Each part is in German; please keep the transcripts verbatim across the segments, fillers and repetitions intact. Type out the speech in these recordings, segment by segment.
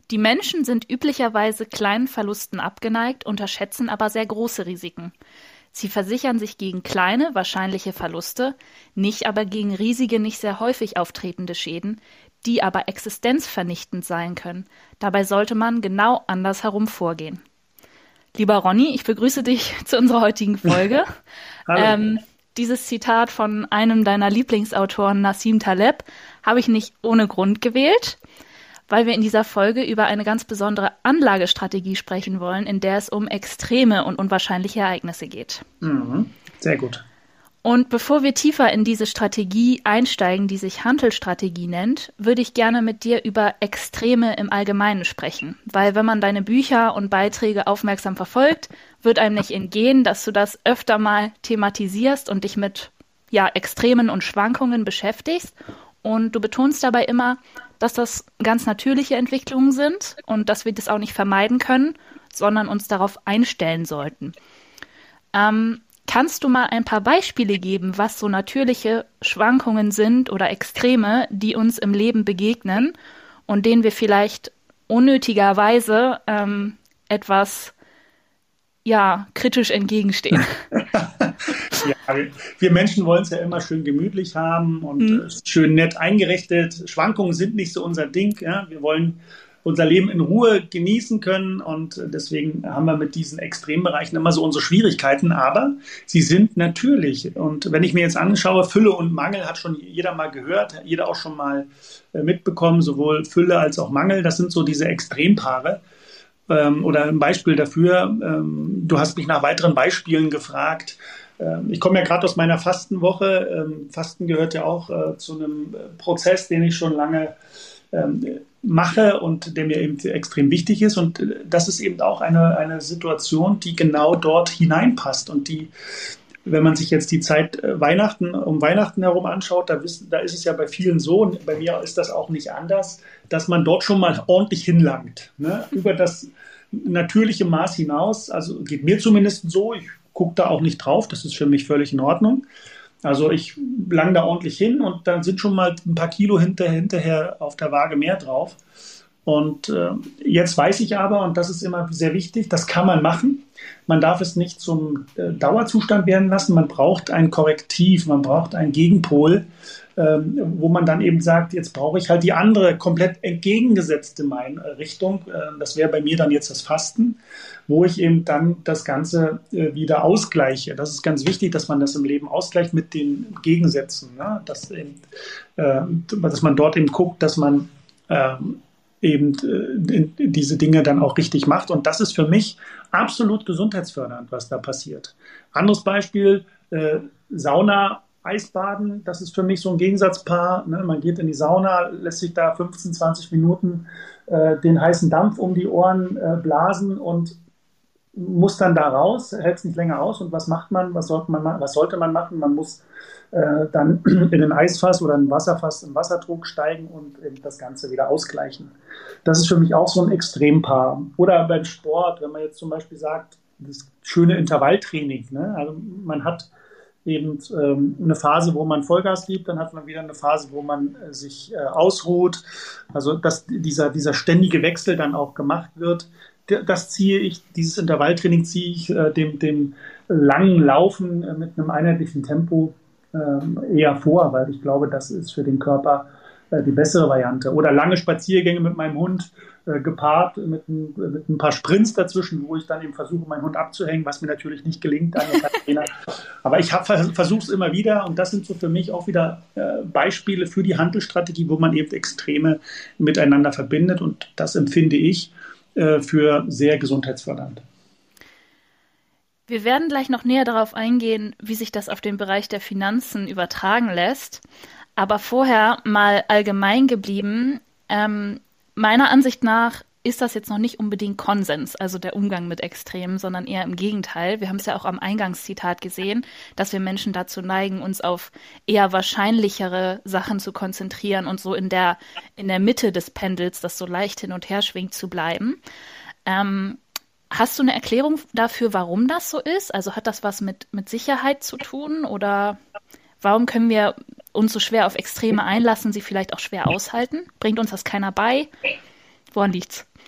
Die Menschen sind üblicherweise kleinen Verlusten abgeneigt, unterschätzen aber sehr große Risiken. Sie versichern sich gegen kleine, wahrscheinliche Verluste, nicht aber gegen riesige, nicht sehr häufig auftretende Schäden, die aber existenzvernichtend sein können. Dabei sollte man genau andersherum vorgehen. Lieber Ronny, ich begrüße dich zu unserer heutigen Folge. Hallo. Ähm, dieses Zitat von einem deiner Lieblingsautoren, Nassim Taleb, habe ich nicht ohne Grund gewählt, weil wir in dieser Folge über eine ganz besondere Anlagestrategie sprechen wollen, in der es um extreme und unwahrscheinliche Ereignisse geht. Mhm. Sehr gut. Und bevor wir tiefer in diese Strategie einsteigen, die sich Hantelstrategie nennt, würde ich gerne mit dir über Extreme im Allgemeinen sprechen. Weil wenn man deine Bücher und Beiträge aufmerksam verfolgt, wird einem nicht entgehen, dass du das öfter mal thematisierst und dich mit ja, Extremen und Schwankungen beschäftigst. Und du betonst dabei immer, dass das ganz natürliche Entwicklungen sind und dass wir das auch nicht vermeiden können, sondern uns darauf einstellen sollten. Ähm, kannst du mal ein paar Beispiele geben, was so natürliche Schwankungen sind oder Extreme, die uns im Leben begegnen und denen wir vielleicht unnötigerweise ähm, etwas ja, kritisch entgegenstehen? Ja, wir Menschen wollen es ja immer schön gemütlich haben und mhm. schön nett eingerichtet. Schwankungen sind nicht so unser Ding. Ja? Wir wollen unser Leben in Ruhe genießen können und deswegen haben wir mit diesen Extrembereichen immer so unsere Schwierigkeiten, aber sie sind natürlich. Und wenn ich mir jetzt anschaue, Fülle und Mangel hat schon jeder mal gehört, jeder auch schon mal mitbekommen, sowohl Fülle als auch Mangel, das sind so diese Extrempaare. Oder ein Beispiel dafür, du hast mich nach weiteren Beispielen gefragt. Ich komme ja gerade aus meiner Fastenwoche. Fasten gehört ja auch zu einem Prozess, den ich schon lange mache und der mir eben extrem wichtig ist. Und das ist eben auch eine, eine Situation, die genau dort hineinpasst und die, wenn man sich jetzt die Zeit Weihnachten um Weihnachten herum anschaut, da, wissen, da ist es ja bei vielen so, und bei mir ist das auch nicht anders, dass man dort schon mal ordentlich hinlangt, ne? Über das natürliche Maß hinaus. Also geht mir zumindest so, ich gucke da auch nicht drauf, das ist für mich völlig in Ordnung. Also ich lang da ordentlich hin und dann sind schon mal ein paar Kilo hinter, hinterher auf der Waage mehr drauf. Und äh, jetzt weiß ich aber, und das ist immer sehr wichtig, das kann man machen. Man darf es nicht zum äh, Dauerzustand werden lassen. Man braucht ein Korrektiv, man braucht einen Gegenpol, ähm, wo man dann eben sagt, jetzt brauche ich halt die andere, komplett entgegengesetzte mein, äh, Richtung. Äh, das wäre bei mir dann jetzt das Fasten, wo ich eben dann das Ganze äh, wieder ausgleiche. Das ist ganz wichtig, dass man das im Leben ausgleicht mit den Gegensätzen. Ne? Dass, eben, äh, dass man dort eben guckt, dass man äh, eben äh, diese Dinge dann auch richtig macht. Und das ist für mich absolut gesundheitsfördernd, was da passiert. Anderes Beispiel, äh, Sauna, Eisbaden, das ist für mich so ein Gegensatzpaar. Ne? Man geht in die Sauna, lässt sich da fünfzehn, zwanzig Minuten äh, den heißen Dampf um die Ohren äh, blasen und muss dann da raus, hält es nicht länger aus. Und was macht man? Was sollte man, was sollte man machen? Man muss äh, dann in ein Eisfass oder ein Wasserfass im Wasserdruck steigen und eben das Ganze wieder ausgleichen. Das ist für mich auch so ein Extrempaar. Oder beim Sport, wenn man jetzt zum Beispiel sagt, das schöne Intervalltraining. Ne? Also man hat eben ähm, eine Phase, wo man Vollgas gibt, dann hat man wieder eine Phase, wo man äh, sich äh, ausruht. Also dass dieser, dieser ständige Wechsel dann auch gemacht wird. Das ziehe ich, dieses Intervalltraining ziehe ich äh, dem, dem langen Laufen äh, mit einem einheitlichen Tempo äh, eher vor, weil ich glaube, das ist für den Körper äh, die bessere Variante. Oder lange Spaziergänge mit meinem Hund äh, gepaart mit ein, mit ein paar Sprints dazwischen, wo ich dann eben versuche, meinen Hund abzuhängen, was mir natürlich nicht gelingt. Aber ich versuche es immer wieder und das sind so für mich auch wieder äh, Beispiele für die Hantelstrategie, wo man eben Extreme miteinander verbindet und das empfinde ich für sehr gesundheitsfördernd. Wir werden gleich noch näher darauf eingehen, wie sich das auf den Bereich der Finanzen übertragen lässt. Aber vorher mal allgemein geblieben. Ähm, meiner Ansicht nach ist das jetzt noch nicht unbedingt Konsens, also der Umgang mit Extremen, sondern eher im Gegenteil. Wir haben es ja auch am Eingangszitat gesehen, dass wir Menschen dazu neigen, uns auf eher wahrscheinlichere Sachen zu konzentrieren und so in der, in der Mitte des Pendels, das so leicht hin und her schwingt, zu bleiben. Ähm, hast du eine Erklärung dafür, warum das so ist? Also hat das was mit, mit Sicherheit zu tun oder warum können wir uns so schwer auf Extreme einlassen, sie vielleicht auch schwer aushalten? Bringt uns das keiner bei? Woran liegt's?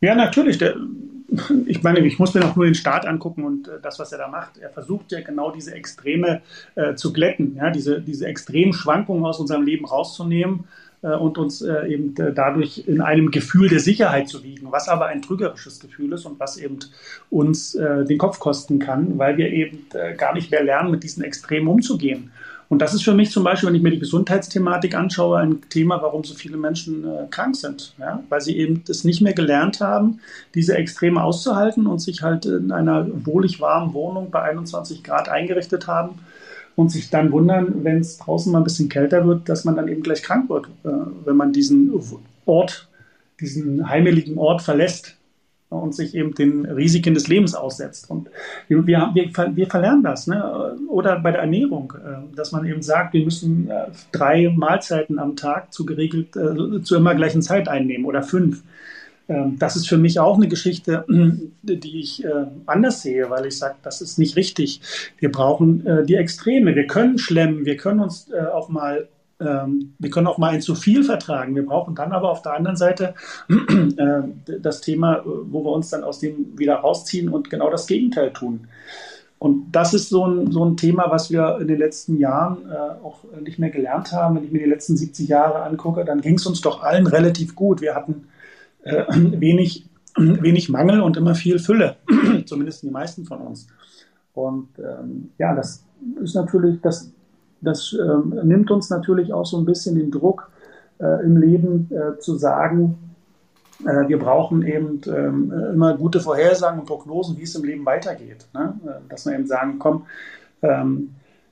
Ja, natürlich. Der, ich meine, ich muss mir noch nur den Staat angucken und äh, das, was er da macht. Er versucht ja genau diese Extreme äh, zu glätten, ja, diese, diese extremen Schwankungen aus unserem Leben rauszunehmen äh, und uns äh, eben äh, dadurch in einem Gefühl der Sicherheit zu wiegen, was aber ein trügerisches Gefühl ist und was eben uns äh, den Kopf kosten kann, weil wir eben äh, gar nicht mehr lernen, mit diesen Extremen umzugehen. Und das ist für mich zum Beispiel, wenn ich mir die Gesundheitsthematik anschaue, ein Thema, warum so viele Menschen äh, krank sind. Ja? Weil sie eben es nicht mehr gelernt haben, diese Extreme auszuhalten und sich halt in einer wohlig warmen Wohnung bei einundzwanzig Grad eingerichtet haben und sich dann wundern, wenn es draußen mal ein bisschen kälter wird, dass man dann eben gleich krank wird, äh, wenn man diesen Ort, diesen heimeligen Ort verlässt und sich eben den Risiken des Lebens aussetzt. Und wir, wir, wir verlernen das. Ne? Oder bei der Ernährung, dass man eben sagt, wir müssen drei Mahlzeiten am Tag zu geregelt, zu immer gleichen Zeit einnehmen oder fünf. Das ist für mich auch eine Geschichte, die ich anders sehe, weil ich sage, das ist nicht richtig. Wir brauchen die Extreme. Wir können schlemmen, wir können uns auch mal Wir können auch mal ein zu viel vertragen. Wir brauchen dann aber auf der anderen Seite äh, das Thema, wo wir uns dann aus dem wieder rausziehen und genau das Gegenteil tun. Und das ist so ein, so ein Thema, was wir in den letzten Jahren äh, auch nicht mehr gelernt haben. Wenn ich mir die letzten siebzig Jahre angucke, dann ging es uns doch allen relativ gut. Wir hatten äh, wenig, wenig Mangel und immer viel Fülle, zumindest die meisten von uns. Und ähm, ja, das ist natürlich das. Das ähm, nimmt uns natürlich auch so ein bisschen den Druck äh, im Leben äh, zu sagen, äh, wir brauchen eben ähm, immer gute Vorhersagen und Prognosen, wie es im Leben weitergeht. Ne? Äh, dass wir eben sagen, komm, ähm,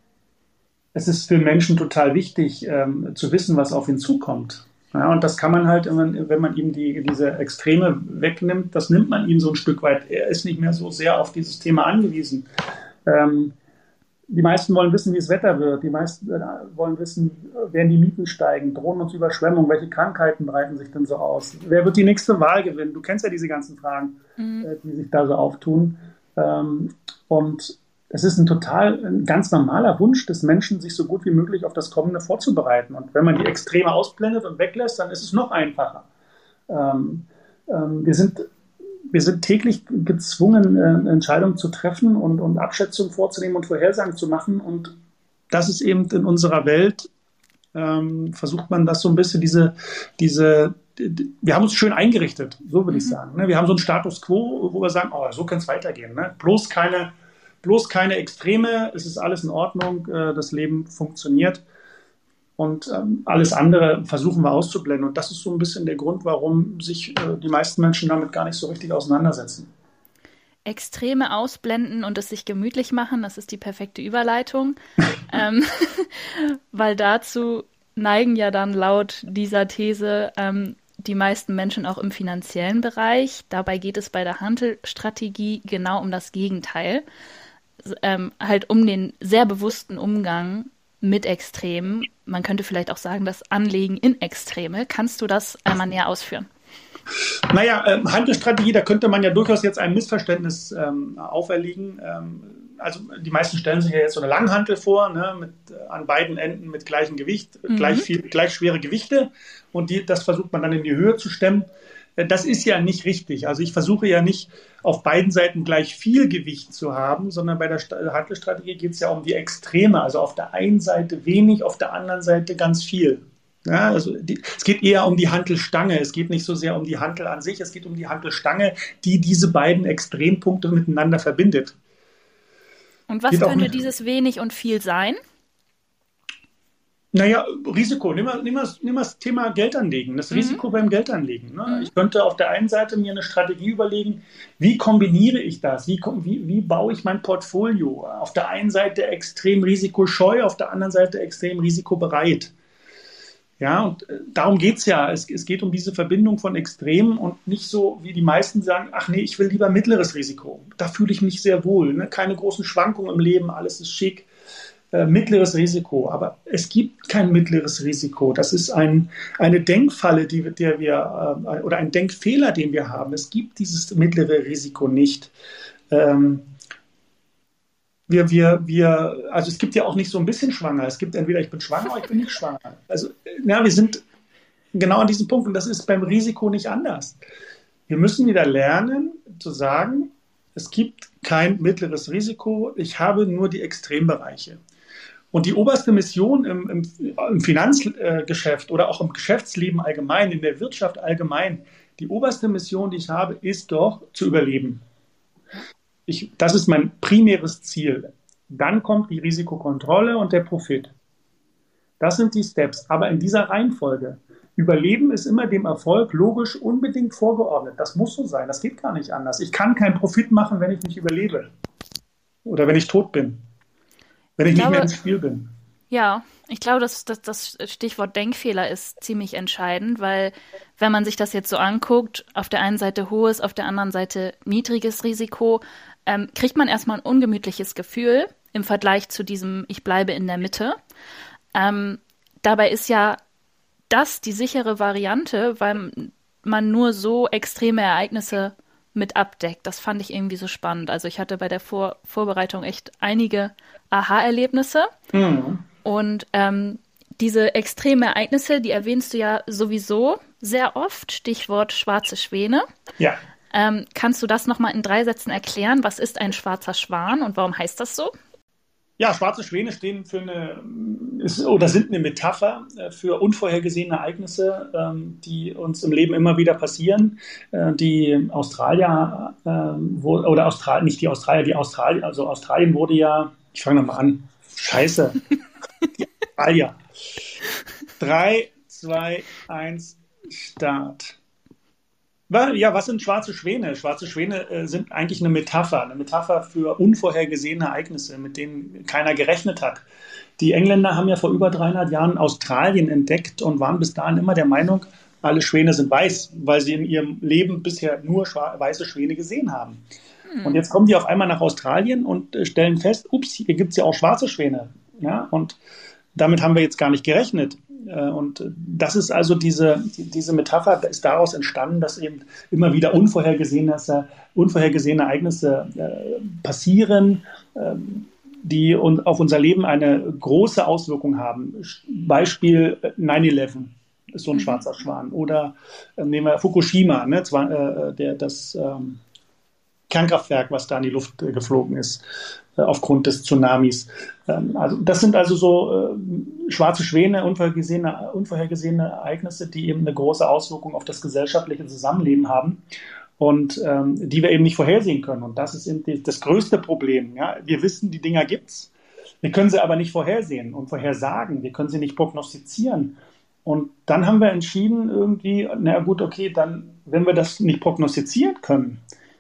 es ist für Menschen total wichtig ähm, zu wissen, was auf ihn zukommt. Ja, und das kann man halt, wenn man, wenn man ihm die, diese Extreme wegnimmt, das nimmt man ihm so ein Stück weit. Er ist nicht mehr so sehr auf dieses Thema angewiesen. Ähm, Die meisten wollen wissen, wie das Wetter wird. Die meisten wollen wissen, werden die Mieten steigen, drohen uns Überschwemmungen, welche Krankheiten breiten sich denn so aus? Wer wird die nächste Wahl gewinnen? Du kennst ja diese ganzen Fragen, mhm. die sich da so auftun. Und es ist ein total, ein ganz normaler Wunsch des Menschen, sich so gut wie möglich auf das Kommende vorzubereiten. Und wenn man die Extreme ausblendet und weglässt, dann ist es noch einfacher. Wir sind Wir sind täglich gezwungen, Entscheidungen zu treffen und, und Abschätzungen vorzunehmen und Vorhersagen zu machen. Und das ist eben in unserer Welt, ähm, versucht man das so ein bisschen, diese, diese, die, wir haben uns schön eingerichtet, so würde mhm. ich sagen. Ne? Wir haben so einen Status quo, wo wir sagen, oh, so kann es weitergehen. Ne? Bloß keine, bloß keine Extreme, es ist alles in Ordnung, äh, das Leben funktioniert. Und ähm, alles andere versuchen wir auszublenden. Und das ist so ein bisschen der Grund, warum sich äh, die meisten Menschen damit gar nicht so richtig auseinandersetzen. Extreme ausblenden und es sich gemütlich machen, das ist die perfekte Überleitung. ähm, weil dazu neigen ja dann laut dieser These ähm, die meisten Menschen auch im finanziellen Bereich. Dabei geht es bei der Hantelstrategie genau um das Gegenteil. Ähm, halt um den sehr bewussten Umgang mit Extremen. Man könnte vielleicht auch sagen, das Anlegen in Extreme. Kannst du das einmal näher ausführen? Naja, ähm, Hantelstrategie, da könnte man ja durchaus jetzt ein Missverständnis ähm, auferlegen. Ähm, also die meisten stellen sich ja jetzt so eine Langhantel vor, ne, mit, äh, an beiden Enden mit gleichem Gewicht, mhm. gleich viel, gleich schwere Gewichte und die, das versucht man dann in die Höhe zu stemmen. Das ist ja nicht richtig. Also ich versuche ja nicht auf beiden Seiten gleich viel Gewicht zu haben, sondern bei der Hantelstrategie geht es ja um die Extreme. Also auf der einen Seite wenig, auf der anderen Seite ganz viel. Ja, also die, es geht eher um die Hantelstange. Es geht nicht so sehr um die Hantel an sich. Es geht um die Hantelstange, die diese beiden Extrempunkte miteinander verbindet. Und was geht könnte dieses wenig und viel sein? Naja, Risiko. Nimm mal, nimm mal, nimm mal das Thema Geldanlegen, das mhm. Risiko beim Geldanlegen. Ne? Mhm. Ich könnte auf der einen Seite mir eine Strategie überlegen, wie kombiniere ich das? Wie, wie, wie baue ich mein Portfolio? Auf der einen Seite extrem risikoscheu, auf der anderen Seite extrem risikobereit. Ja, und darum geht es ja. Es, es geht um diese Verbindung von Extremen und nicht so, wie die meisten sagen, ach nee, ich will lieber mittleres Risiko. Da fühle ich mich sehr wohl. Ne? Keine großen Schwankungen im Leben, alles ist schick. Äh, mittleres Risiko. Aber es gibt kein mittleres Risiko. Das ist ein, eine Denkfalle, die, der wir, äh, oder ein Denkfehler, den wir haben. Es gibt dieses mittlere Risiko nicht. Ähm, wir, wir, wir, also es gibt ja auch nicht so ein bisschen schwanger. Es gibt entweder ich bin schwanger oder ich bin nicht schwanger. Also, ja, wir sind genau an diesem Punkt und das ist beim Risiko nicht anders. Wir müssen wieder lernen zu sagen, es gibt kein mittleres Risiko, ich habe nur die Extrembereiche. Und die oberste Mission im, im, im Finanzgeschäft oder auch im Geschäftsleben allgemein, in der Wirtschaft allgemein, die oberste Mission, die ich habe, ist doch zu überleben. Ich, das ist mein primäres Ziel. Dann kommt die Risikokontrolle und der Profit. Das sind die Steps, aber in dieser Reihenfolge. Überleben ist immer dem Erfolg logisch unbedingt vorgeordnet. Das muss so sein, das geht gar nicht anders. Ich kann keinen Profit machen, wenn ich nicht überlebe oder wenn ich tot bin. Wenn ich, ich glaube, nicht mehr im Spiel bin. Ja, ich glaube, dass, dass das Stichwort Denkfehler ist ziemlich entscheidend, weil wenn man sich das jetzt so anguckt, auf der einen Seite hohes, auf der anderen Seite niedriges Risiko, ähm, kriegt man erstmal ein ungemütliches Gefühl im Vergleich zu diesem Ich bleibe in der Mitte. Ähm, dabei ist ja das die sichere Variante, weil man nur so extreme Ereignisse mit abdeckt. Das fand ich irgendwie so spannend. Also ich hatte bei der Vor- Vorbereitung echt einige Aha-Erlebnisse. Mhm. Und ähm, diese extremen Ereignisse, die erwähnst du ja sowieso sehr oft. Stichwort schwarze Schwäne. Ja. Ähm, kannst du das nochmal in drei Sätzen erklären? Was ist ein schwarzer Schwan und warum heißt das so? Ja, schwarze Schwäne stehen für eine, ist, oder sind eine Metapher für unvorhergesehene Ereignisse, ähm, die uns im Leben immer wieder passieren. Äh, die Australier, äh, wo, oder Australien, nicht die Australier, die Australier, also Australien wurde ja, ich fange nochmal an, scheiße, die Australier. Drei, zwei, eins, Start. Ja, was sind schwarze Schwäne? Schwarze Schwäne äh, sind eigentlich eine Metapher, eine Metapher für unvorhergesehene Ereignisse, mit denen keiner gerechnet hat. Die Engländer haben ja vor über dreihundert Jahren Australien entdeckt und waren bis dahin immer der Meinung, alle Schwäne sind weiß, weil sie in ihrem Leben bisher nur weiße Schwäne gesehen haben. Hm. Und jetzt kommen die auf einmal nach Australien und äh, stellen fest, ups, hier gibt es ja auch schwarze Schwäne. Ja, und damit haben wir jetzt gar nicht gerechnet. Und das ist also diese, diese Metapher ist daraus entstanden, dass eben immer wieder unvorhergesehene, unvorhergesehene Ereignisse äh, passieren, äh, die uns auf unser Leben eine große Auswirkung haben. Beispiel neun elf ist so ein mhm. schwarzer Schwan. Oder äh, nehmen wir Fukushima, ne, zwar, äh, der, das ähm, Kernkraftwerk, was da in die Luft äh, geflogen ist, äh, aufgrund des Tsunamis. Ähm, also das sind also so äh, schwarze Schwäne, unvorhergesehene, unvorhergesehene Ereignisse, die eben eine große Auswirkung auf das gesellschaftliche Zusammenleben haben und ähm, die wir eben nicht vorhersehen können. Und das ist eben die, das größte Problem. Ja? Wir wissen, die Dinger gibt's. Wir können sie aber nicht vorhersehen und vorhersagen. Wir können sie nicht prognostizieren. Und dann haben wir entschieden irgendwie, na gut, okay, dann, wenn wir das nicht prognostizieren können,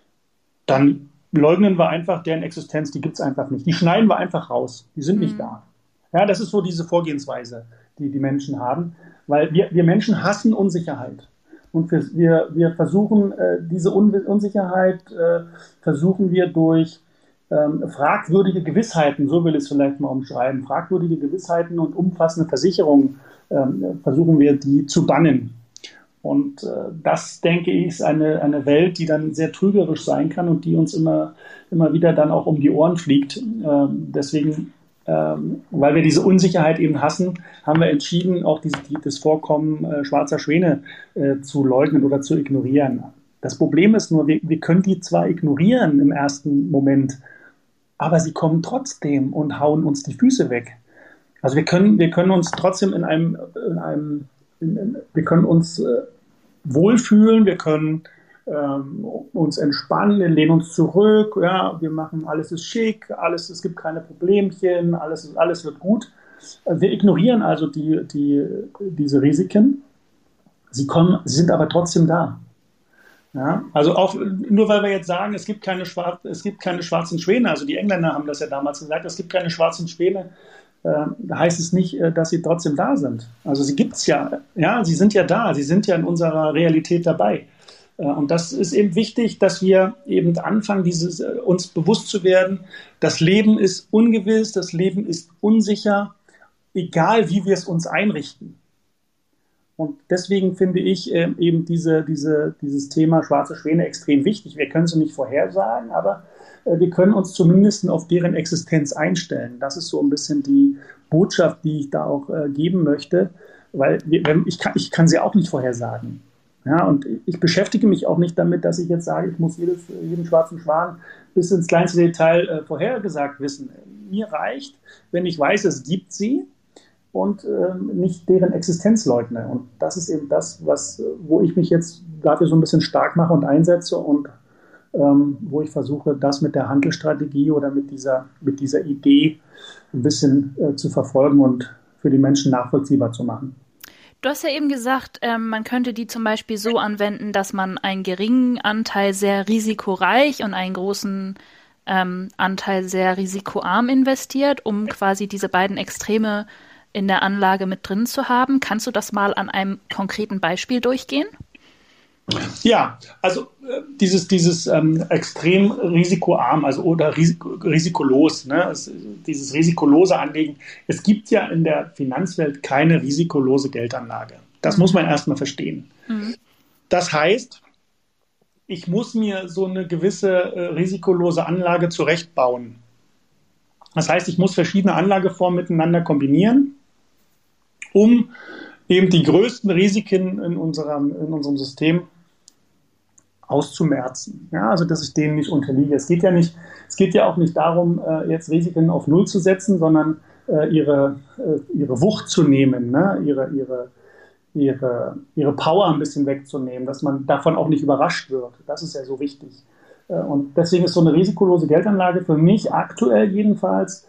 dann leugnen wir einfach deren Existenz, die gibt es einfach nicht. Die schneiden wir einfach raus, die sind mhm. nicht da. Ja, das ist so diese Vorgehensweise, die die Menschen haben, weil wir, wir Menschen hassen Unsicherheit. Und wir, wir, wir versuchen, äh, diese Un- Unsicherheit äh, versuchen wir durch ähm, fragwürdige Gewissheiten, so will ich es vielleicht mal umschreiben, fragwürdige Gewissheiten und umfassende Versicherungen ähm, versuchen wir, die zu bannen. Und äh, das, denke ich, ist eine, eine Welt, die dann sehr trügerisch sein kann und die uns immer, immer wieder dann auch um die Ohren fliegt. Ähm, deswegen, ähm, weil wir diese Unsicherheit eben hassen, haben wir entschieden, auch diese, die, das Vorkommen äh, schwarzer Schwäne äh, zu leugnen oder zu ignorieren. Das Problem ist nur, wir, wir können die zwar ignorieren im ersten Moment, aber sie kommen trotzdem und hauen uns die Füße weg. Also wir können, wir können uns trotzdem in einem, in einem wir können uns äh, wohlfühlen, wir können ähm, uns entspannen, wir lehnen uns zurück, ja, wir machen, alles ist schick, alles, es gibt keine Problemchen, alles, alles wird gut. Wir ignorieren also die, die, diese Risiken. Sie kommen, sie sind aber trotzdem da. Ja, also auch nur weil wir jetzt sagen, es gibt keine schwar- es gibt keine schwarzen Schwäne, also die Engländer haben das ja damals gesagt, es gibt keine schwarzen Schwäne, da heißt es nicht, dass sie trotzdem da sind. Also sie gibt es ja, ja, sie sind ja da, sie sind ja in unserer Realität dabei. Und das ist eben wichtig, dass wir eben anfangen, dieses, uns bewusst zu werden, das Leben ist ungewiss, das Leben ist unsicher, egal wie wir es uns einrichten. Und deswegen finde ich eben diese, diese, dieses Thema schwarze Schwäne extrem wichtig. Wir können sie nicht vorhersagen, aber wir können uns zumindest auf deren Existenz einstellen. Das ist so ein bisschen die Botschaft, die ich da auch äh, geben möchte, weil wir, wenn, ich, kann, ich kann sie auch nicht vorhersagen. Ja, und ich beschäftige mich auch nicht damit, dass ich jetzt sage, ich muss jedes, jeden schwarzen Schwan bis ins kleinste Detail äh, vorhergesagt wissen. Mir reicht, wenn ich weiß, es gibt sie und äh, nicht deren Existenz leugne. Und das ist eben das, was, wo ich mich jetzt dafür so ein bisschen stark mache und einsetze und ähm, wo ich versuche, das mit der Handelsstrategie oder mit dieser, mit dieser Idee ein bisschen äh, zu verfolgen und für die Menschen nachvollziehbar zu machen. Du hast ja eben gesagt, ähm, man könnte die zum Beispiel so anwenden, dass man einen geringen Anteil sehr risikoreich und einen großen ähm, Anteil sehr risikoarm investiert, um quasi diese beiden Extreme in der Anlage mit drin zu haben. Kannst du das mal an einem konkreten Beispiel durchgehen? Ja, also äh, dieses, dieses ähm, extrem risikoarm, also oder risiko, risikolos, ne? Es, dieses risikolose Anlegen. Es gibt ja in der Finanzwelt keine risikolose Geldanlage. Das mhm. muss man erstmal verstehen. Mhm. Das heißt, ich muss mir so eine gewisse äh, risikolose Anlage zurechtbauen. Das heißt, ich muss verschiedene Anlageformen miteinander kombinieren, um eben die größten Risiken in unserem, in unserem System auszumerzen. Ja, also dass ich denen nicht unterliege. Es geht ja nicht, es geht ja auch nicht darum, jetzt Risiken auf Null zu setzen, sondern ihre, ihre Wucht zu nehmen, ne? ihre, ihre, ihre, ihre Power ein bisschen wegzunehmen, dass man davon auch nicht überrascht wird. Das ist ja so wichtig. Und deswegen ist so eine risikolose Geldanlage für mich aktuell jedenfalls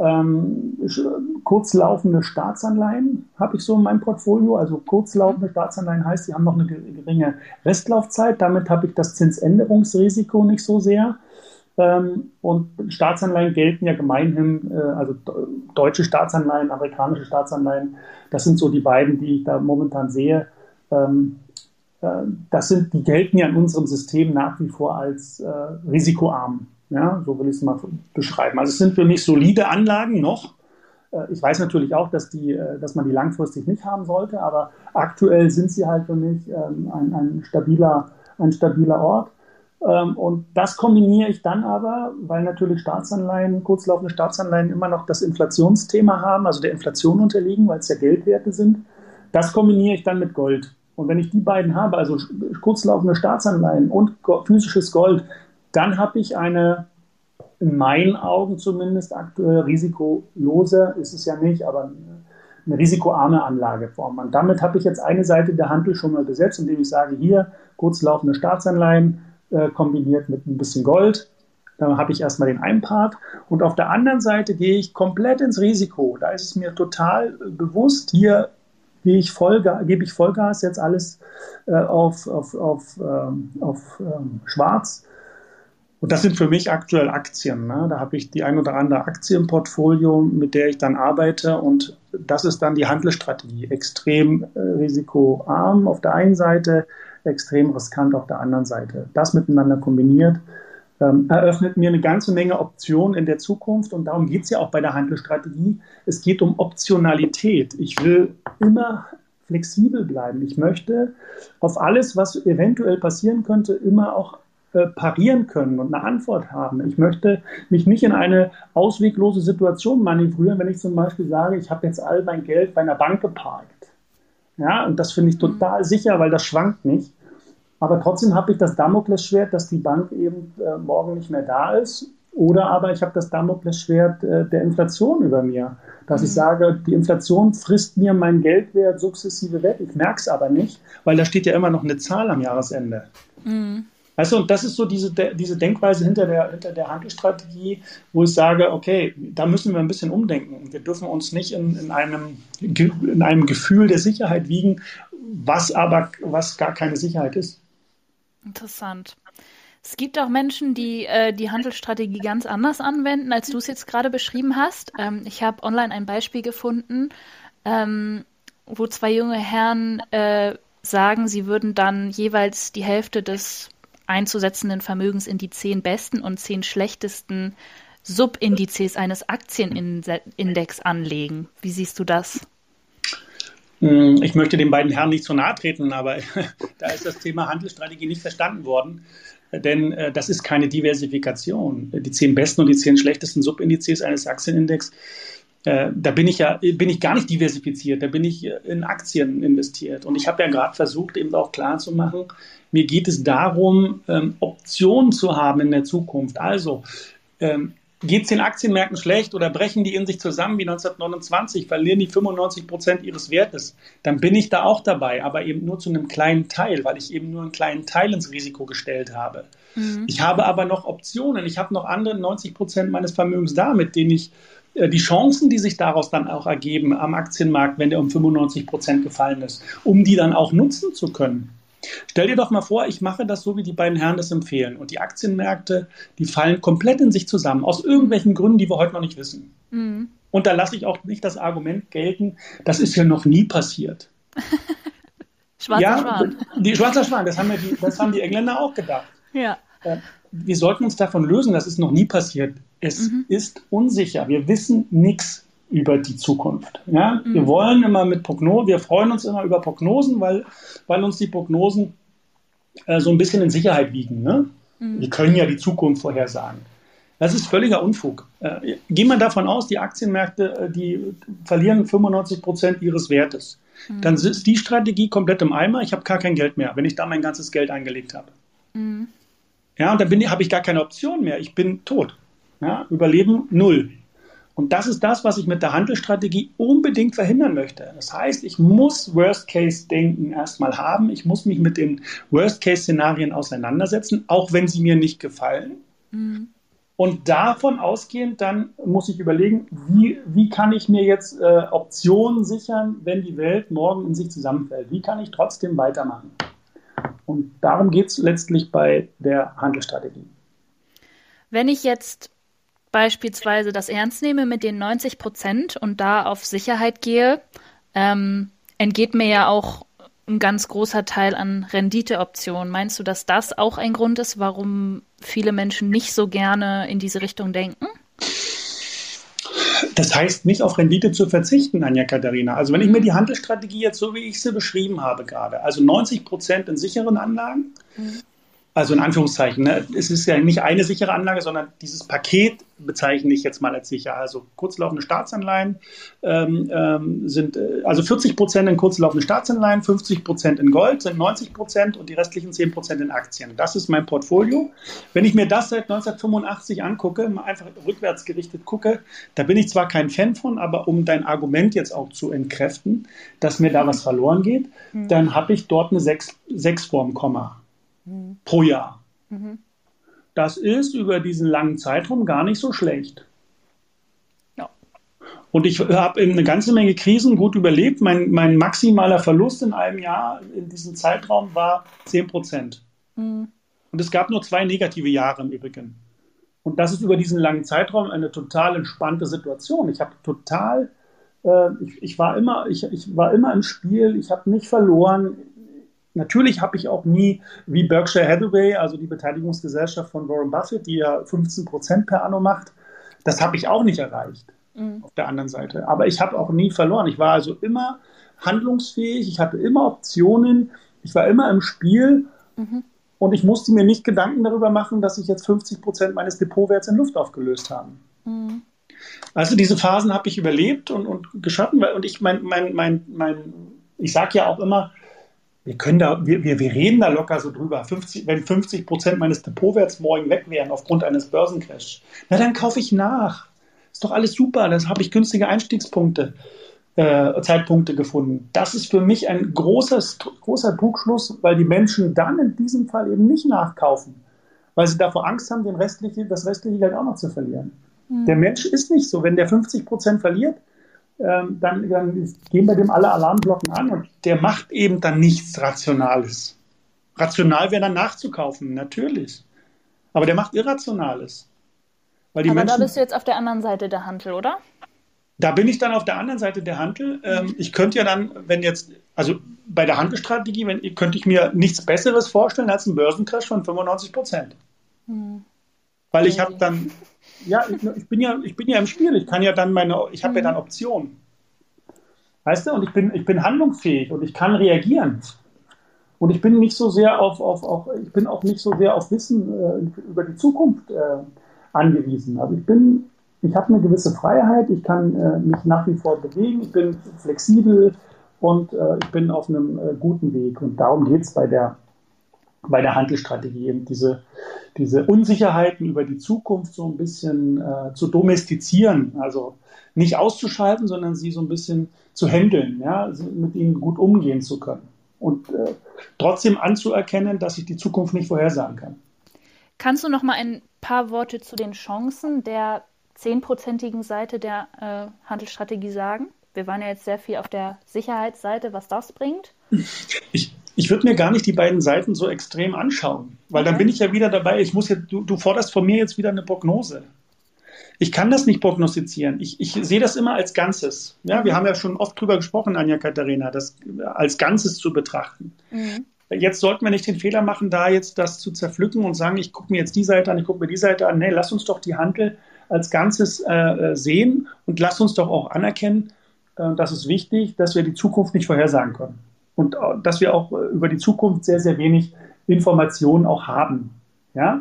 Ähm, kurzlaufende Staatsanleihen habe ich so in meinem Portfolio. Also kurzlaufende Staatsanleihen heißt, die haben noch eine geringe Restlaufzeit. Damit habe ich das Zinsänderungsrisiko nicht so sehr. Ähm, und Staatsanleihen gelten ja gemeinhin, äh, also deutsche Staatsanleihen, amerikanische Staatsanleihen. Das sind so die beiden, die ich da momentan sehe. Ähm, äh, das sind, die gelten ja in unserem System nach wie vor als äh, risikoarm. Ja, so will ich es mal beschreiben. Also es sind für mich solide Anlagen noch. Ich weiß natürlich auch, dass, die, dass man die langfristig nicht haben sollte, aber aktuell sind sie halt für mich ein, ein, stabiler, ein stabiler Ort. Und das kombiniere ich dann aber, weil natürlich Staatsanleihen, kurzlaufende Staatsanleihen immer noch das Inflationsthema haben, also der Inflation unterliegen, weil es ja Geldwerte sind. Das kombiniere ich dann mit Gold. Und wenn ich die beiden habe, also kurzlaufende Staatsanleihen und physisches Gold, dann habe ich eine, in meinen Augen zumindest aktuell risikolose, ist es ja nicht, aber eine risikoarme Anlageform. Und damit habe ich jetzt eine Seite der Handel schon mal besetzt, indem ich sage, hier kurzlaufende Staatsanleihen äh, kombiniert mit ein bisschen Gold. Dann habe ich erstmal den einen Part. Und auf der anderen Seite gehe ich komplett ins Risiko. Da ist es mir total bewusst, hier gehe ich Vollgas, gebe ich Vollgas jetzt alles äh, auf, auf, auf, ähm, auf ähm, schwarz. Und das sind für mich aktuell Aktien. Ne? Da habe ich die ein oder andere Aktie im Portfolio, mit der ich dann arbeite. Und das ist dann die Handelsstrategie. Extrem äh, risikoarm auf der einen Seite, extrem riskant auf der anderen Seite. Das miteinander kombiniert ähm, eröffnet mir eine ganze Menge Optionen in der Zukunft. Und darum geht es ja auch bei der Handelsstrategie. Es geht um Optionalität. Ich will immer flexibel bleiben. Ich möchte auf alles, was eventuell passieren könnte, immer auch parieren können und eine Antwort haben. Ich möchte mich nicht in eine ausweglose Situation manövrieren, wenn ich zum Beispiel sage, ich habe jetzt all mein Geld bei einer Bank geparkt. Ja, und das finde ich total sicher, weil das schwankt nicht. Aber trotzdem habe ich das Damoklesschwert, dass die Bank eben äh, morgen nicht mehr da ist. Oder aber ich habe das Damoklesschwert äh, der Inflation über mir. Dass mhm. ich sage, die Inflation frisst mir meinen Geldwert sukzessive weg. Ich merke es aber nicht, weil da steht ja immer noch eine Zahl am Jahresende. Mhm. Weißt du, und das ist so diese, diese Denkweise hinter der, hinter der Handelsstrategie, wo ich sage, okay, da müssen wir ein bisschen umdenken. Wir dürfen uns nicht in, in, einem, in einem Gefühl der Sicherheit wiegen, was aber was gar keine Sicherheit ist. Interessant. Es gibt auch Menschen, die äh, die Handelsstrategie ganz anders anwenden, als du es jetzt gerade beschrieben hast. Ähm, ich habe online ein Beispiel gefunden, ähm, wo zwei junge Herren äh, sagen, sie würden dann jeweils die Hälfte des einzusetzenden Vermögens in die zehn besten und zehn schlechtesten Subindizes eines Aktienindex anlegen. Wie siehst du das? Ich möchte den beiden Herren nicht zu nahe treten, aber da ist das Thema Handelsstrategie nicht verstanden worden, denn äh, das ist keine Diversifikation. Die zehn besten und die zehn schlechtesten Subindizes eines Aktienindex Äh, da bin ich ja bin ich gar nicht diversifiziert, da bin ich in Aktien investiert. Und ich habe ja gerade versucht, eben auch klar zu machen, mir geht es darum, ähm, Optionen zu haben in der Zukunft. Also ähm, geht es den Aktienmärkten schlecht oder brechen die in sich zusammen wie neunzehnhundertneunundzwanzig, verlieren die fünfundneunzig Prozent ihres Wertes, dann bin ich da auch dabei, aber eben nur zu einem kleinen Teil, weil ich eben nur einen kleinen Teil ins Risiko gestellt habe. Mhm. Ich habe aber noch Optionen, ich habe noch andere neunzig Prozent meines Vermögens da, mit denen ich die Chancen, die sich daraus dann auch ergeben am Aktienmarkt, wenn der um fünfundneunzig Prozent gefallen ist, um die dann auch nutzen zu können. Stell dir doch mal vor, ich mache das so, wie die beiden Herren das empfehlen. Und die Aktienmärkte, die fallen komplett in sich zusammen, aus irgendwelchen Gründen, die wir heute noch nicht wissen. Mhm. Und da lasse ich auch nicht das Argument gelten, das ist ja noch nie passiert. Schwarzer ja, Schwan. Die, Schwarzer Schwan, das haben, ja die, das haben die Engländer auch gedacht. Ja. Wir sollten uns davon lösen, das ist noch nie passiert. Es mhm. ist unsicher. Wir wissen nichts über die Zukunft. Ja? Mhm. Wir wollen immer mit Prognosen, wir freuen uns immer über Prognosen, weil, weil uns die Prognosen äh, so ein bisschen in Sicherheit wiegen. Ne? Mhm. Wir können ja die Zukunft vorhersagen. Das ist völliger Unfug. Äh, gehen wir davon aus, die Aktienmärkte, äh, die verlieren fünfundneunzig Prozent ihres Wertes. Mhm. Dann ist die Strategie komplett im Eimer. Ich habe gar kein Geld mehr, wenn ich da mein ganzes Geld eingelegt habe. Mhm. Ja, und dann habe ich gar keine Option mehr. Ich bin tot. Ja, Überleben null. Und das ist das, was ich mit der Handelsstrategie unbedingt verhindern möchte. Das heißt, ich muss Worst-Case-Denken erstmal haben. Ich muss mich mit den Worst-Case-Szenarien auseinandersetzen, auch wenn sie mir nicht gefallen. Mhm. Und davon ausgehend, dann muss ich überlegen, wie, wie kann ich mir jetzt äh, Optionen sichern, wenn die Welt morgen in sich zusammenfällt? Wie kann ich trotzdem weitermachen? Und darum geht es letztlich bei der Handelsstrategie. Wenn ich jetzt beispielsweise das ernst nehme mit den neunzig Prozent und da auf Sicherheit gehe, ähm, entgeht mir ja auch ein ganz großer Teil an Renditeoptionen. Meinst du, dass das auch ein Grund ist, warum viele Menschen nicht so gerne in diese Richtung denken? Das heißt nicht auf Rendite zu verzichten, Anja Katharina. Also wenn ich mir die Handelsstrategie jetzt so, wie ich sie beschrieben habe gerade, also neunzig Prozent in sicheren Anlagen, mhm. also in Anführungszeichen, ne? Es ist ja nicht eine sichere Anlage, sondern dieses Paket bezeichne ich jetzt mal als sicher. Also kurzlaufende Staatsanleihen ähm, ähm, sind, äh, also vierzig Prozent in kurzlaufende Staatsanleihen, fünfzig Prozent in Gold sind neunzig Prozent und die restlichen zehn Prozent in Aktien. Das ist mein Portfolio. Wenn ich mir das seit neunzehnhundertfünfundachtzig angucke, mal einfach rückwärts gerichtet gucke, da bin ich zwar kein Fan von, aber um dein Argument jetzt auch zu entkräften, dass mir da was verloren geht, mhm. dann habe ich dort eine sechs, sechs vorm Komma. Mhm. Pro Jahr. Mhm. Das ist über diesen langen Zeitraum gar nicht so schlecht. Ja. Und ich habe eine ganze Menge Krisen gut überlebt. Mein, mein maximaler Verlust in einem Jahr in diesem Zeitraum war zehn Prozent. Mhm. Und es gab nur zwei negative Jahre im Übrigen. Und das ist über diesen langen Zeitraum eine total entspannte Situation. Ich habe total, äh, ich, ich, war immer, ich, ich war immer im Spiel, ich habe nicht verloren. Natürlich habe ich auch nie, wie Berkshire Hathaway, also die Beteiligungsgesellschaft von Warren Buffett, die ja fünfzehn Prozent per Anno macht, das habe ich auch nicht erreicht, mhm. auf der anderen Seite. Aber ich habe auch nie verloren. Ich war also immer handlungsfähig, ich hatte immer Optionen, ich war immer im Spiel mhm. und ich musste mir nicht Gedanken darüber machen, dass ich jetzt fünfzig Prozent meines Depotwerts in Luft aufgelöst habe. Mhm. Also diese Phasen habe ich überlebt und, und geschaffen. Und ich mein, mein, mein, mein, ich sage ja auch immer, Wir können da, wir, wir, wir reden da locker so drüber. fünfzig, wenn fünfzig Prozent meines Depotwerts morgen weg wären aufgrund eines Börsencrashs, na dann kaufe ich nach. Ist doch alles super, dann habe ich günstige Einstiegspunkte, äh, Zeitpunkte gefunden. Das ist für mich ein großes, großer Trugschluss, weil die Menschen dann in diesem Fall eben nicht nachkaufen, weil sie davor Angst haben, den restliche, das restliche Geld auch noch zu verlieren. Mhm. Der Mensch ist nicht so. Wenn der fünfzig Prozent verliert, Ähm, dann, dann gehen bei dem alle Alarmglocken an und der macht eben dann nichts Rationales. Rational wäre dann nachzukaufen, natürlich. Aber der macht Irrationales. Weil die Aber Menschen, da bist du jetzt auf der anderen Seite der Hantel, oder? Da bin ich dann auf der anderen Seite der Hantel. Ähm, ich könnte ja dann, wenn jetzt, also bei der Handelstrategie, wenn, könnte ich mir nichts Besseres vorstellen als einen Börsencrash von fünfundneunzig Prozent. Hm. Weil ich habe dann, ja, ich, ich bin ja, ich bin ja im Spiel. Ich kann ja dann meine, ich habe mhm. ja dann Optionen. Weißt du? Und ich bin, ich bin handlungsfähig und ich kann reagieren. Und ich bin nicht so sehr auf, auf, auf ich bin auch nicht so sehr auf Wissen äh, über die Zukunft äh, angewiesen. Also ich bin, ich habe eine gewisse Freiheit, ich kann äh, mich nach wie vor bewegen, ich bin flexibel und äh, ich bin auf einem äh, guten Weg. Und darum geht es bei der, bei der Handelsstrategie, eben diese, diese Unsicherheiten über die Zukunft so ein bisschen äh, zu domestizieren, also nicht auszuschalten, sondern sie so ein bisschen zu handeln, ja, mit ihnen gut umgehen zu können und äh, trotzdem anzuerkennen, dass ich die Zukunft nicht vorhersagen kann. Kannst du noch mal ein paar Worte zu den Chancen der zehnprozentigen Seite der äh, Handelsstrategie sagen? Wir waren ja jetzt sehr viel auf der Sicherheitsseite, was das bringt. Ich, ich würde mir gar nicht die beiden Seiten so extrem anschauen, weil okay. Dann bin ich ja wieder dabei, ich muss jetzt, du, du forderst von mir jetzt wieder eine Prognose. Ich kann das nicht prognostizieren. Ich, ich sehe das immer als Ganzes. Ja, wir haben ja schon oft drüber gesprochen, Anja-Katharina, das als Ganzes zu betrachten. Mhm. Jetzt sollten wir nicht den Fehler machen, da jetzt das zu zerpflücken und sagen, ich gucke mir jetzt die Seite an, ich gucke mir die Seite an. Nee, lass uns doch die Handel als Ganzes äh, sehen und lass uns doch auch anerkennen, äh, das ist wichtig, dass wir die Zukunft nicht vorhersagen können. Und äh, dass wir auch äh, über die Zukunft sehr, sehr wenig Informationen auch haben. Ja?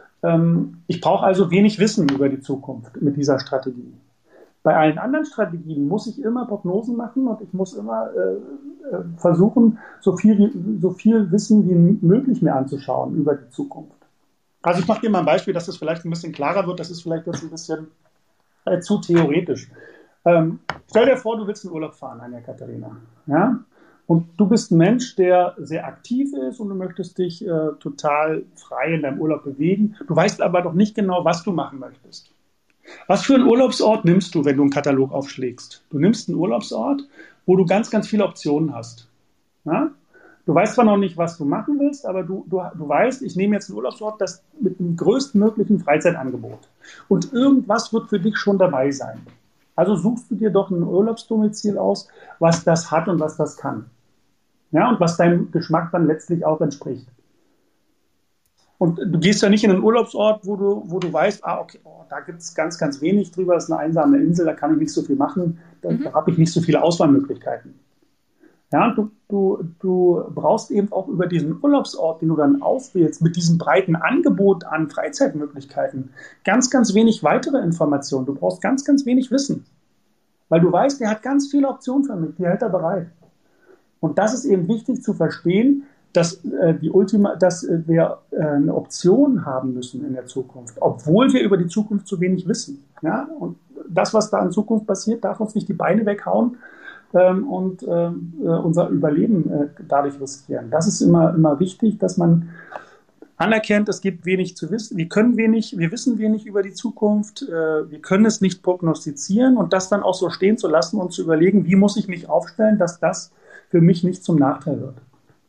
Ähm, ich brauche also wenig Wissen über die Zukunft mit dieser Strategie. Bei allen anderen Strategien muss ich immer Prognosen machen und ich muss immer äh, äh, versuchen, so viel, so viel Wissen wie möglich mir anzuschauen über die Zukunft. Also ich mache dir mal ein Beispiel, dass das vielleicht ein bisschen klarer wird. Das ist vielleicht jetzt ein bisschen äh, zu theoretisch. Ähm, stell dir vor, du willst in Urlaub fahren, Anja-Katharina. Ja? Und du bist ein Mensch, der sehr aktiv ist und du möchtest dich äh, total frei in deinem Urlaub bewegen. Du weißt aber doch nicht genau, was du machen möchtest. Was für einen Urlaubsort nimmst du, wenn du einen Katalog aufschlägst? Du nimmst einen Urlaubsort, wo du ganz, ganz viele Optionen hast. Ja? Du weißt zwar noch nicht, was du machen willst, aber du, du, du weißt, ich nehme jetzt einen Urlaubsort, das mit dem größtmöglichen Freizeitangebot. Und irgendwas wird für dich schon dabei sein. Also suchst du dir doch ein Urlaubsdomizil aus, was das hat und was das kann. Ja, und was deinem Geschmack dann letztlich auch entspricht. Und du gehst ja nicht in einen Urlaubsort, wo du, wo du weißt, ah, okay, oh, da gibt es ganz, ganz wenig drüber, das ist eine einsame Insel, da kann ich nicht so viel machen, da, mhm. da habe ich nicht so viele Auswahlmöglichkeiten. Ja, du, du, du brauchst eben auch über diesen Urlaubsort, den du dann auswählst, mit diesem breiten Angebot an Freizeitmöglichkeiten, ganz, ganz wenig weitere Informationen. Du brauchst ganz, ganz wenig Wissen. Weil du weißt, der hat ganz viele Optionen für mich, die hält er bereit. Und das ist eben wichtig zu verstehen, dass, äh, die Ultima, dass äh, wir äh, eine Option haben müssen in der Zukunft, obwohl wir über die Zukunft zu wenig wissen. Ja? Und das, was da in Zukunft passiert, darf uns nicht die Beine weghauen ähm, und äh, unser Überleben äh, dadurch riskieren. Das ist immer, immer wichtig, dass man anerkennt, es gibt wenig zu wissen. Wir können wenig, wir wissen wenig über die Zukunft, äh, wir können es nicht prognostizieren und das dann auch so stehen zu lassen und zu überlegen, wie muss ich mich aufstellen, dass das für mich nicht zum Nachteil wird.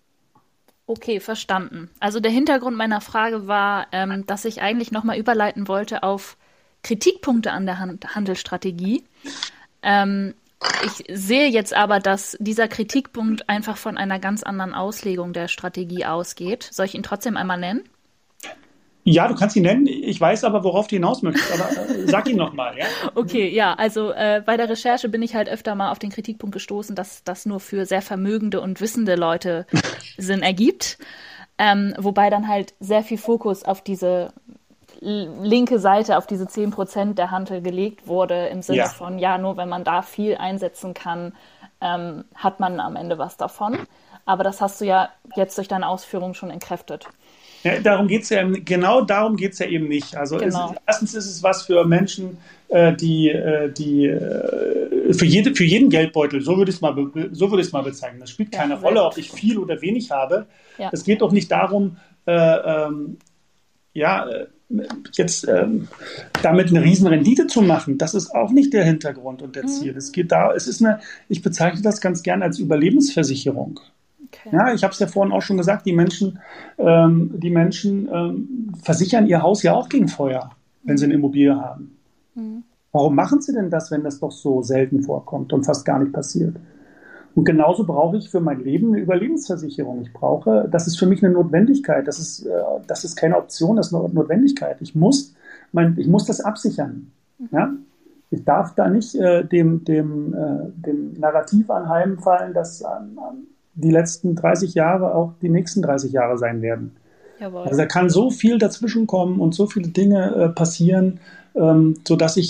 Okay, verstanden. Also der Hintergrund meiner Frage war, ähm, dass ich eigentlich nochmal überleiten wollte auf Kritikpunkte an der Hand- Handelsstrategie. Ähm, ich sehe jetzt aber, dass dieser Kritikpunkt einfach von einer ganz anderen Auslegung der Strategie ausgeht. Soll ich ihn trotzdem einmal nennen? Ja, du kannst ihn nennen. Ich weiß aber, worauf du hinaus möchtest. Aber äh, sag ihn nochmal, ja? Okay, ja. Also äh, bei der Recherche bin ich halt öfter mal auf den Kritikpunkt gestoßen, dass das nur für sehr vermögende und wissende Leute Sinn ergibt. Ähm, wobei dann halt sehr viel Fokus auf diese linke Seite, auf diese zehn Prozent der Handel gelegt wurde, im Sinne ja. von, ja, nur wenn man da viel einsetzen kann, ähm, hat man am Ende was davon. Aber das hast du ja jetzt durch deine Ausführungen schon entkräftet. Ja, darum geht's ja, genau darum geht es ja eben nicht. Also genau. es, erstens ist es was für Menschen, äh, die, äh, die äh, für, jede, für jeden Geldbeutel, so würde ich es mal, so würde ich es mal bezeichnen. Das spielt keine ja, Rolle, ob ich viel oder wenig habe. Ja. Es geht doch nicht darum, äh, ähm, ja, jetzt ähm, damit eine riesen Rendite zu machen. Das ist auch nicht der Hintergrund und der Ziel. Mhm. Es geht da, es ist eine, ich bezeichne das ganz gern als Überlebensversicherung. Okay. Ja, ich habe es ja vorhin auch schon gesagt, die Menschen, ähm, die Menschen ähm, versichern ihr Haus ja auch gegen Feuer, wenn mhm. sie eine Immobilie haben. Mhm. Warum machen sie denn das, wenn das doch so selten vorkommt und fast gar nicht passiert? Und genauso brauche ich für mein Leben eine Überlebensversicherung. Ich brauche, das ist für mich eine Notwendigkeit. Das ist, äh, das ist keine Option, das ist eine Notwendigkeit. Ich muss, mein, ich muss das absichern. Mhm. Ja? Ich darf da nicht äh, dem, dem, äh, dem Narrativ anheimfallen, dass an, an die letzten dreißig Jahre auch die nächsten dreißig Jahre sein werden. Jawohl. Also da kann so viel dazwischen kommen und so viele Dinge äh, passieren, ähm, sodass ich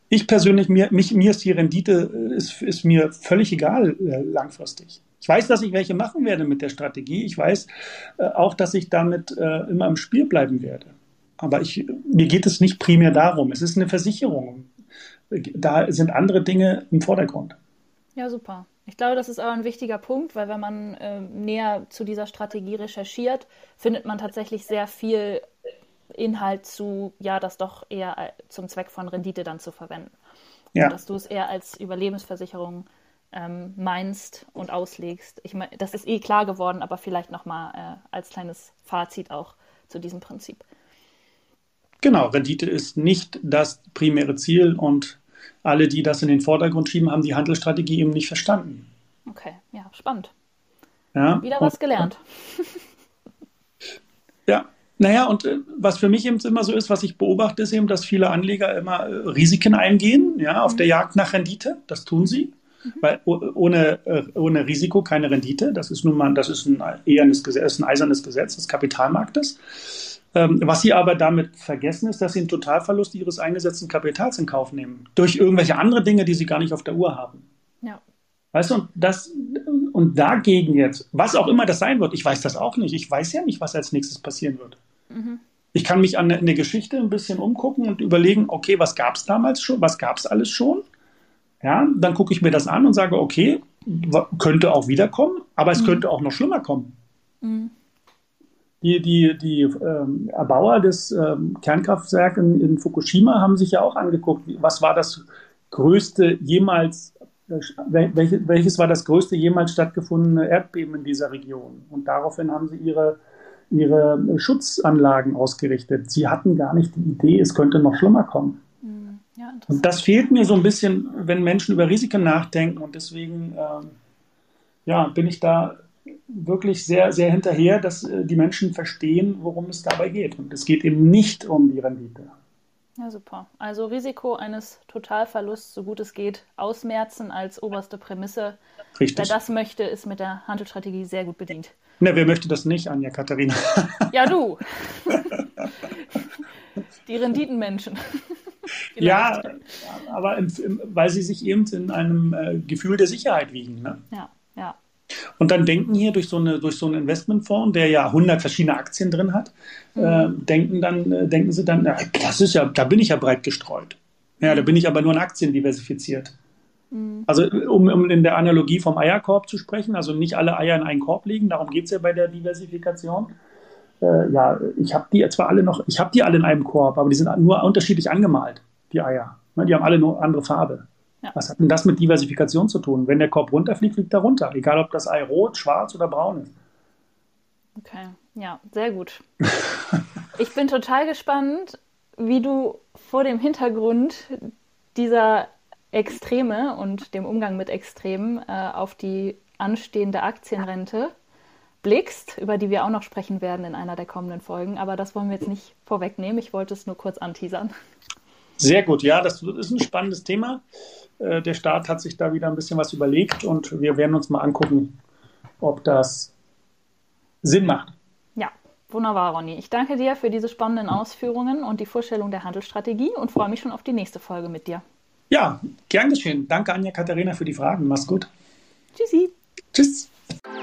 Ich persönlich, mir, mich, mir ist die Rendite ist, ist mir völlig egal äh, langfristig. Ich weiß, dass ich welche machen werde mit der Strategie. Ich weiß äh, auch, dass ich damit äh, immer im Spiel bleiben werde. Aber ich, mir geht es nicht primär darum. Es ist eine Versicherung. Da sind andere Dinge im Vordergrund. Ja, super. Ich glaube, das ist aber ein wichtiger Punkt, weil wenn man äh, näher zu dieser Strategie recherchiert, findet man tatsächlich sehr viel Inhalt zu, ja, das doch eher zum Zweck von Rendite dann zu verwenden. Ja. Und dass du es eher als Überlebensversicherung ähm, meinst und auslegst. Ich meine, das ist eh klar geworden, aber vielleicht nochmal äh, als kleines Fazit auch zu diesem Prinzip. Genau, Rendite ist nicht das primäre Ziel und alle, die das in den Vordergrund schieben, haben die Handelsstrategie eben nicht verstanden. Okay, ja, spannend. Ja, Wieder was und, gelernt. Ja, naja, und äh, was für mich eben immer so ist, was ich beobachte, ist eben, dass viele Anleger immer äh, Risiken eingehen, ja, auf mhm. der Jagd nach Rendite. Das tun sie, mhm. weil oh, ohne, äh, ohne Risiko keine Rendite. Das ist nun mal, das ist ein ehernes Gesetz, ein eisernes Gesetz des Kapitalmarktes. Ähm, was sie aber damit vergessen, ist, dass sie einen Totalverlust ihres eingesetzten Kapitals in Kauf nehmen. Durch irgendwelche andere Dinge, die sie gar nicht auf der Uhr haben. Ja. Weißt du, und, das, und dagegen jetzt, was auch immer das sein wird, ich weiß das auch nicht. Ich weiß ja nicht, was als nächstes passieren wird. Mhm. Ich kann mich an eine Geschichte ein bisschen umgucken und überlegen, okay, was gab es damals schon, was gab es alles schon? Ja, dann gucke ich mir das an und sage, okay, könnte auch wiederkommen, aber es mhm. könnte auch noch schlimmer kommen. Mhm. Die, die, die ähm, Erbauer des ähm, Kernkraftwerks in, in Fukushima haben sich ja auch angeguckt, was war das größte jemals, äh, welche, welches war das größte jemals stattgefundene Erdbeben in dieser Region? Und daraufhin haben sie ihre, ihre Schutzanlagen ausgerichtet. Sie hatten gar nicht die Idee, es könnte noch schlimmer kommen. Ja, und das fehlt mir so ein bisschen, wenn Menschen über Risiken nachdenken. Und deswegen ähm, ja, bin ich da wirklich sehr, sehr hinterher, dass äh, die Menschen verstehen, worum es dabei geht. Und es geht eben nicht um die Rendite. Ja, super. Also Risiko eines Totalverlusts, so gut es geht, ausmerzen als oberste Prämisse. Richtig. Wer das möchte, ist mit der Handelsstrategie sehr gut bedient. Ne, wer möchte das nicht, Anja Katharina? Ja, du. Die Renditenmenschen. Ja, aber im, im, weil sie sich eben in einem äh, Gefühl der Sicherheit wiegen. Ne? Ja, ja. Und dann denken hier durch so, eine, durch so einen Investmentfonds, der ja hundert verschiedene Aktien drin hat, mhm. äh, denken, dann, äh, denken sie dann, na, das ist ja, da bin ich ja breit gestreut. Ja, da bin ich aber nur in Aktien diversifiziert. Mhm. Also um, um in der Analogie vom Eierkorb zu sprechen, also nicht alle Eier in einen Korb legen, darum geht es ja bei der Diversifikation. Äh, ja, ich habe die zwar alle noch, ich habe die alle in einem Korb, aber die sind nur unterschiedlich angemalt, die Eier. Ne, die haben alle nur andere Farbe. Ja. Was hat denn das mit Diversifikation zu tun? Wenn der Korb runterfliegt, fliegt er runter. Egal, ob das Ei rot, schwarz oder braun ist. Okay, ja, sehr gut. Ich bin total gespannt, wie du vor dem Hintergrund dieser Extreme und dem Umgang mit Extremen äh, auf die anstehende Aktienrente blickst, über die wir auch noch sprechen werden in einer der kommenden Folgen. Aber das wollen wir jetzt nicht vorwegnehmen. Ich wollte es nur kurz anteasern. Sehr gut, ja, das ist ein spannendes Thema. Der Staat hat sich da wieder ein bisschen was überlegt und wir werden uns mal angucken, ob das Sinn macht. Ja, wunderbar, Ronny. Ich danke dir für diese spannenden Ausführungen und die Vorstellung der Handelsstrategie und freue mich schon auf die nächste Folge mit dir. Ja, gern geschehen. Danke, Anja Katharina, für die Fragen. Mach's gut. Tschüssi. Tschüss.